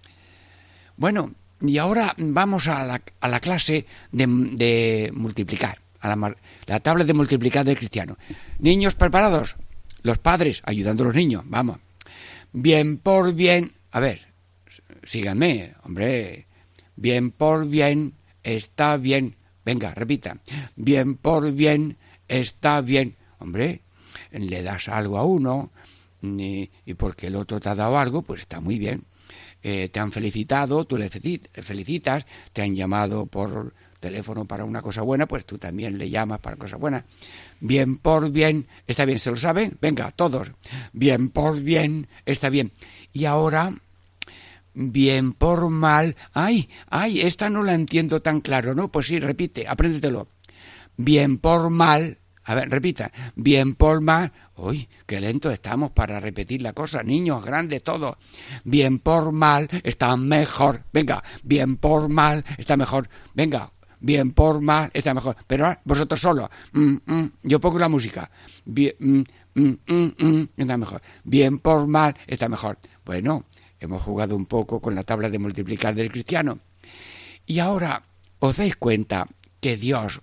Bueno, y ahora vamos a la clase de multiplicar, a la tabla de multiplicar del cristiano. Niños preparados. Los padres ayudando a los niños, vamos. Bien por bien, a ver, síganme, hombre. Bien por bien está bien. Venga, repita. Bien por bien está bien. Hombre, le das algo a uno y porque el otro te ha dado algo, pues está muy bien. Te han felicitado, tú le felicitas, te han llamado por teléfono para una cosa buena, pues tú también le llamas para cosas buenas. Bien por bien, está bien, ¿se lo saben? Venga, todos. Bien por bien, está bien. Y ahora, bien por mal. Ay, esta no la entiendo tan claro, ¿no? Pues sí, repite, apréndetelo. Bien por mal. A ver, repita. Bien por mal. Uy, qué lento estamos para repetir la cosa. Niños, grandes, todos. Bien por mal está mejor. Venga, bien por mal está mejor. Venga, bien por mal está mejor. Pero vosotros solos. Yo pongo la música. Bien, está mejor. Bien por mal está mejor. Bueno, hemos jugado un poco con la tabla de multiplicar del cristiano. Y ahora, ¿os dais cuenta que Dios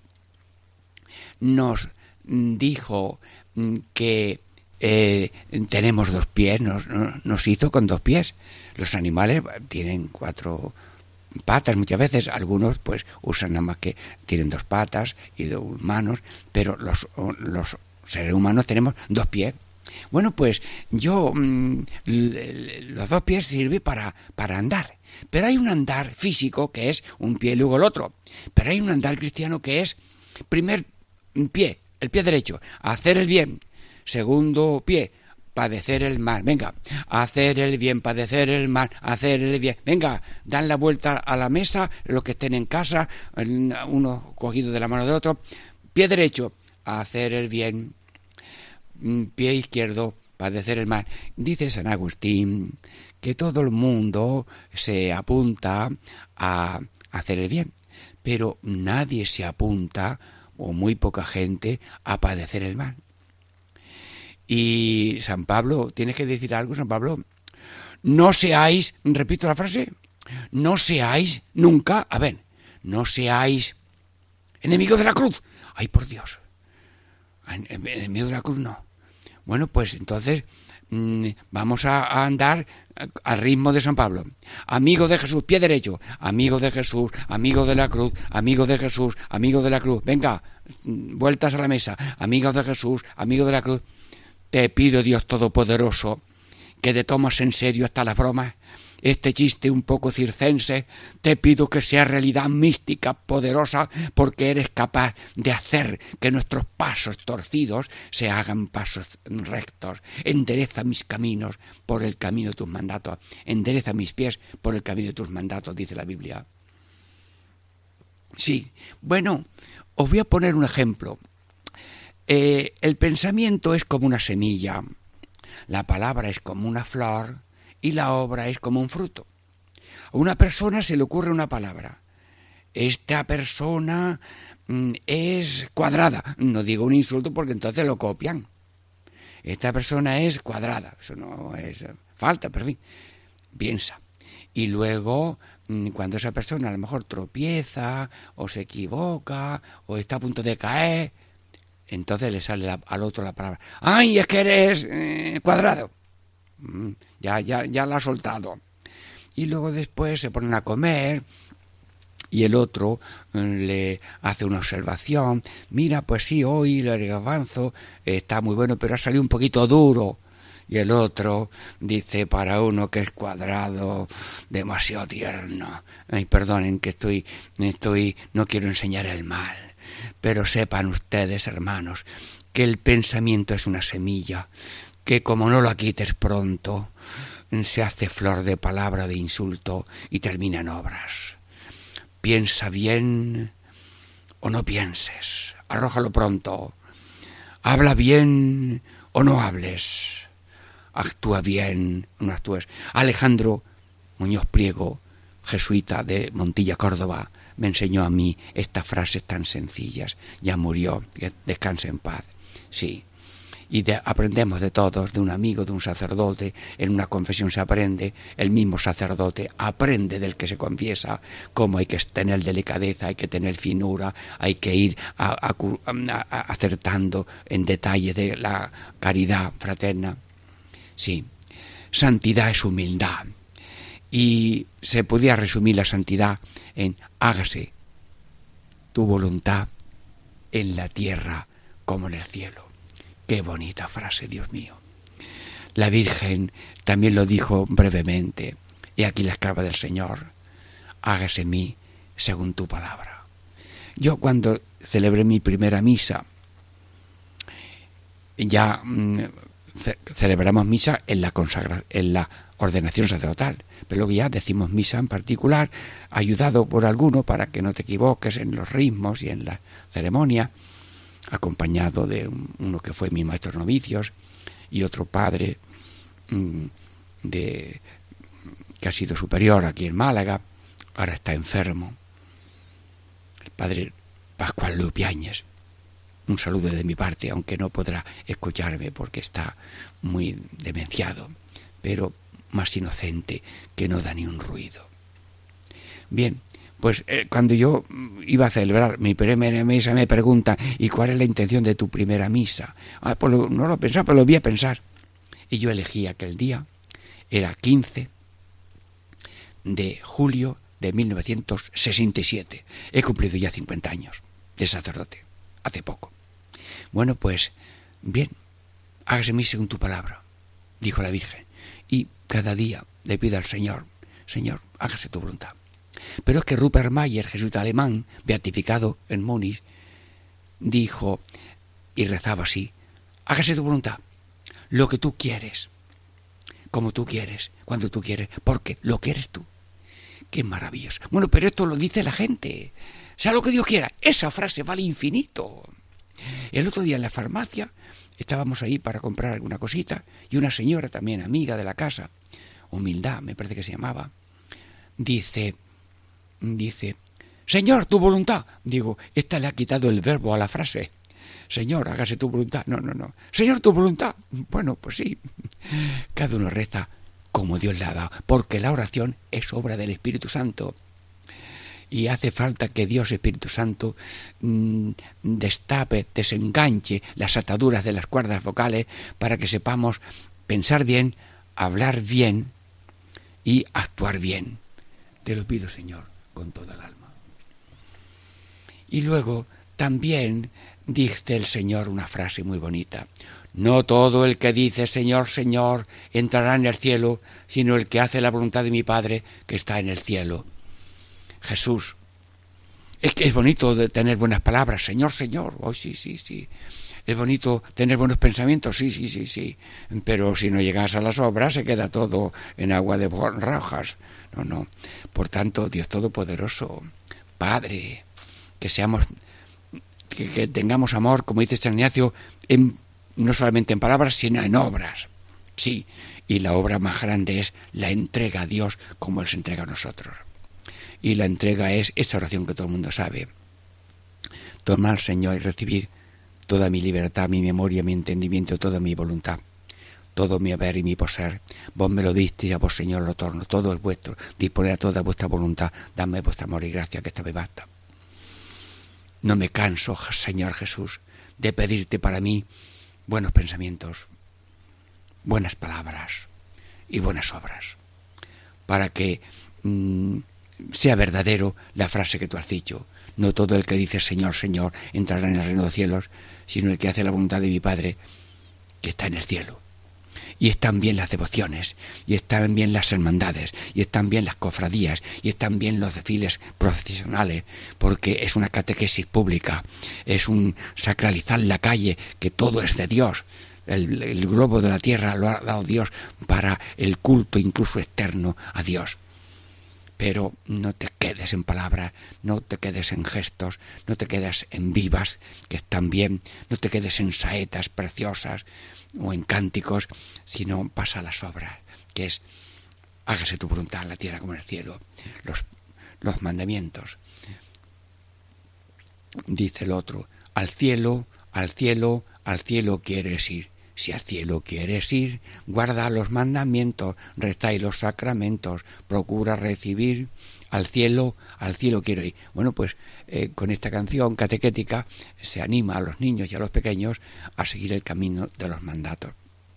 nos dijo que tenemos dos pies, nos hizo con dos pies? Los animales tienen 4 patas muchas veces, algunos pues usan nada más que tienen 2 patas y 2 manos, pero los seres humanos tenemos 2 pies. Bueno, pues los 2 pies sirven para andar, pero hay un andar físico que es un pie y luego el otro, pero hay un andar cristiano que es primer pie, el pie derecho, hacer el bien, segundo pie, padecer el mal. Venga, hacer el bien, padecer el mal, hacer el bien. Venga, dan la vuelta a la mesa, los que estén en casa, uno cogido de la mano de otro. Pie derecho, hacer el bien. Pie izquierdo, padecer el mal. Dice San Agustín que todo el mundo se apunta a hacer el bien, pero nadie se apunta, o muy poca gente, a padecer el mal. Y San Pablo, ¿tienes que decir algo, San Pablo? No seáis, repito la frase, no seáis nunca, no seáis enemigos de la cruz. Ay, por Dios, enemigo de la cruz no. Bueno, pues entonces vamos a andar al ritmo de San Pablo. Amigo de Jesús, pie derecho. Amigo de Jesús, amigo de la cruz, amigo de Jesús, amigo de la cruz. Venga, vueltas a la mesa. Amigo de Jesús, amigo de la cruz. Te pido, Dios Todopoderoso, que te tomas en serio hasta las bromas. Este chiste un poco circense, te pido que sea realidad mística, poderosa, porque eres capaz de hacer que nuestros pasos torcidos se hagan pasos rectos. Endereza mis caminos por el camino de tus mandatos. Endereza mis pies por el camino de tus mandatos, dice la Biblia. Sí, bueno, os voy a poner un ejemplo. El pensamiento es como una semilla, la palabra es como una flor, y la obra es como un fruto. A una persona se le ocurre una palabra. Esta persona es cuadrada. No digo un insulto porque entonces lo copian. Esta persona es cuadrada. Eso no es falta, pero en fin. Piensa. Y luego, cuando esa persona a lo mejor tropieza, o se equivoca, o está a punto de caer, entonces le sale al otro la palabra. ¡Ay, es que eres cuadrado! Ya la ha soltado. Y luego después se ponen a comer y el otro le hace una observación. Mira, pues sí, hoy el garbanzo está muy bueno, pero ha salido un poquito duro. Y el otro dice para uno que es cuadrado, demasiado tierno. Ay, perdonen que no quiero enseñar el mal. Pero sepan ustedes, hermanos, que el pensamiento es una semilla, que como no la quites pronto, se hace flor de palabra de insulto y termina en obras. Piensa bien o no pienses, arrójalo pronto. Habla bien o no hables. Actúa bien o no actúes. Alejandro Muñoz Priego, jesuita de Montilla, Córdoba, me enseñó a mí estas frases tan sencillas. Ya murió, que descanse en paz. Sí. Y aprendemos de todos, de un amigo, de un sacerdote. En una confesión se aprende, el mismo sacerdote aprende del que se confiesa cómo hay que tener delicadeza, hay que tener finura, hay que ir acertando en detalle de la caridad fraterna. Sí, santidad es humildad. Y se podía resumir la santidad en hágase tu voluntad en la tierra como en el cielo. Qué bonita frase, Dios mío. La Virgen también lo dijo brevemente. He aquí la esclava del Señor. Hágase en mí según tu palabra. Yo cuando celebré mi primera misa, ya celebramos misa en la ordenación sacerdotal, pero luego ya decimos misa en particular, ayudado por alguno para que no te equivoques en los ritmos y en la ceremonia, acompañado de uno que fue mi maestro novicios y otro padre que ha sido superior aquí en Málaga, ahora está enfermo, el padre Pascual Lupiáñez. Un saludo de mi parte, aunque no podrá escucharme porque está muy demenciado, pero más inocente que no da ni un ruido. Bien, pues cuando yo iba a celebrar mi primera misa me preguntan, ¿y cuál es la intención de tu primera misa? Pues no lo pensaba, pero lo voy a pensar. Y yo elegí aquel día, era 15 de julio de 1967. He cumplido ya 50 años de sacerdote, hace poco. Bueno, pues, bien, hágase en mí según tu palabra, dijo la Virgen. Y cada día le pido al Señor, Señor, hágase tu voluntad. Pero es que Rupert Mayer, jesuita alemán, beatificado en Múnich, dijo y rezaba así, hágase tu voluntad. lo que tú quieres, como tú quieres, cuando tú quieres, porque lo quieres tú. ¡Qué maravilloso! Bueno, pero esto lo dice la gente. Sea lo que Dios quiera. Esa frase vale infinito. El otro día en la farmacia estábamos ahí para comprar alguna cosita y una señora también, amiga de la casa, Humildad, me parece que se llamaba, dice, Señor, tu voluntad. Digo, esta le ha quitado el verbo a la frase. Señor, hágase tu voluntad. No. Señor, tu voluntad. Bueno, pues sí. Cada uno reza como Dios le ha dado, porque la oración es obra del Espíritu Santo. Y hace falta que Dios, Espíritu Santo, destape, desenganche las ataduras de las cuerdas vocales para que sepamos pensar bien, hablar bien y actuar bien. Te lo pido, Señor, con toda el alma. Y luego también dice el Señor una frase muy bonita. No todo el que dice Señor, Señor entrará en el cielo, sino el que hace la voluntad de mi Padre que está en el cielo. Jesús. Es que es bonito de tener buenas palabras, Señor, Señor. Oh, sí. Es bonito tener buenos pensamientos, sí. Pero si no llegas a las obras se queda todo en agua de borrajas. No. Por tanto, Dios Todopoderoso, Padre, que tengamos amor, como dice San Ignacio, no solamente en palabras, sino en obras. Sí, y la obra más grande es la entrega a Dios como Él se entrega a nosotros. Y la entrega es esa oración que todo el mundo sabe. Tomar, Señor, y recibir toda mi libertad, mi memoria, mi entendimiento, toda mi voluntad, todo mi haber y mi poseer. Vos me lo diste y a vos, Señor, lo torno. Todo es vuestro. Disponer a toda vuestra voluntad. Dame vuestro amor y gracia, que esta me basta. No me canso, Señor Jesús, de pedirte para mí buenos pensamientos, buenas palabras y buenas obras, para que sea verdadero la frase que tú has dicho. No todo el que dice Señor, Señor entrará en el reino de los cielos, sino el que hace la voluntad de mi Padre que está en el cielo. Y están bien las devociones, y están bien las hermandades, y están bien las cofradías, y están bien los desfiles procesionales, porque es una catequesis pública, es un sacralizar la calle, que todo es de Dios. El globo de la tierra lo ha dado Dios para el culto incluso externo a Dios. Pero no te quedes en palabras, no te quedes en gestos, no te quedes en vivas, que están bien, no te quedes en saetas preciosas o en cánticos, sino pasa a las obras, que es hágase tu voluntad en la tierra como en el cielo. Los mandamientos. Dice el otro, al cielo quieres ir. Si al cielo quieres ir, guarda los mandamientos, reza y los sacramentos, procura recibir. Al cielo quiero ir. Bueno, pues con esta canción catequética se anima a los niños y a los pequeños a seguir el camino de los mandatos.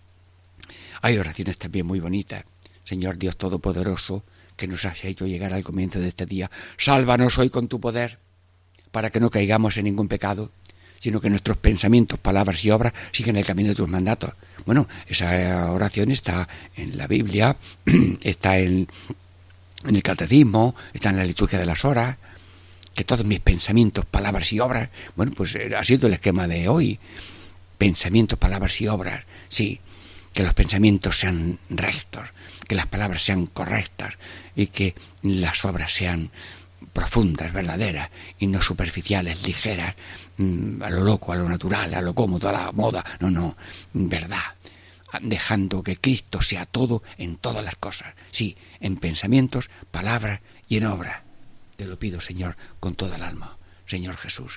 Hay oraciones también muy bonitas. Señor Dios Todopoderoso, que nos has hecho llegar al comienzo de este día, sálvanos hoy con tu poder, para que no caigamos en ningún pecado, sino que nuestros pensamientos, palabras y obras siguen el camino de tus mandatos. Bueno, esa oración está en la Biblia, está en el catecismo, está en la liturgia de las horas, que todos mis pensamientos, palabras y obras, bueno, pues ha sido el esquema de hoy. Pensamientos, palabras y obras, sí, que los pensamientos sean rectos, que las palabras sean correctas y que las obras sean profundas, verdaderas y no superficiales, ligeras, a lo loco, a lo natural, a lo cómodo, a la moda. No, verdad, dejando que Cristo sea todo en todas las cosas, sí, en pensamientos, palabras y en obras. Te lo pido, Señor, con toda el alma, Señor Jesús.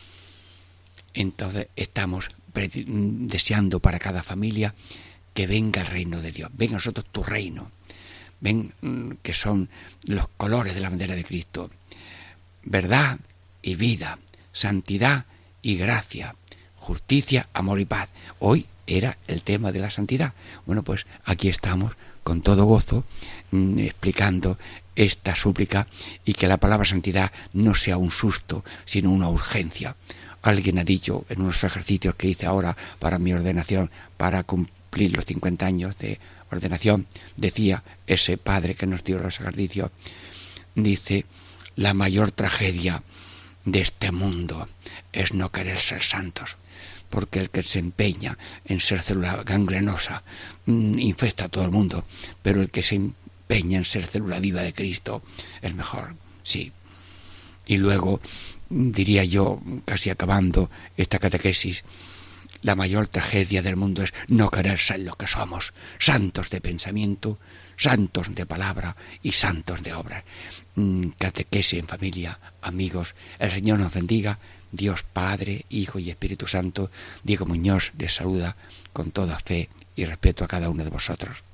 Entonces estamos deseando para cada familia que venga el reino de Dios, venga a nosotros tu reino. Ven que son los colores de la bandera de Cristo. Verdad y vida, santidad y gracia, justicia, amor y paz. Hoy era el tema de la santidad. Bueno, pues aquí estamos con todo gozo explicando esta súplica y que la palabra santidad no sea un susto, sino una urgencia. Alguien ha dicho en unos ejercicios que hice ahora para mi ordenación, para cumplir los 50 años de ordenación, decía ese padre que nos dio los ejercicios, dice, la mayor tragedia de este mundo es no querer ser santos. porque el que se empeña en ser célula gangrenosa infecta a todo el mundo, pero el que se empeña en ser célula viva de Cristo es mejor, sí. Y luego, diría yo, casi acabando esta catequesis, la mayor tragedia del mundo es no querer ser lo que somos, santos de pensamiento, santos de palabra y santos de obra. Catequesis en familia, amigos, el Señor nos bendiga, Dios Padre, Hijo y Espíritu Santo. Diego Muñoz les saluda con toda fe y respeto a cada uno de vosotros.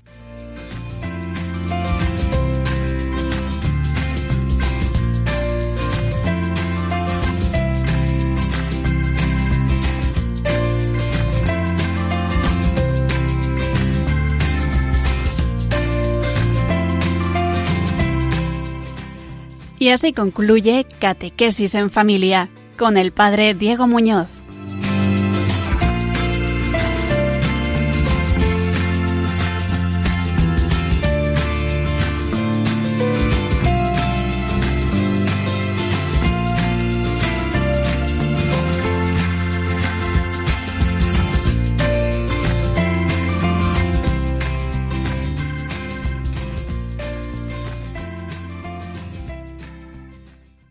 Y así concluye Catequesis en Familia con el Padre Diego Muñoz.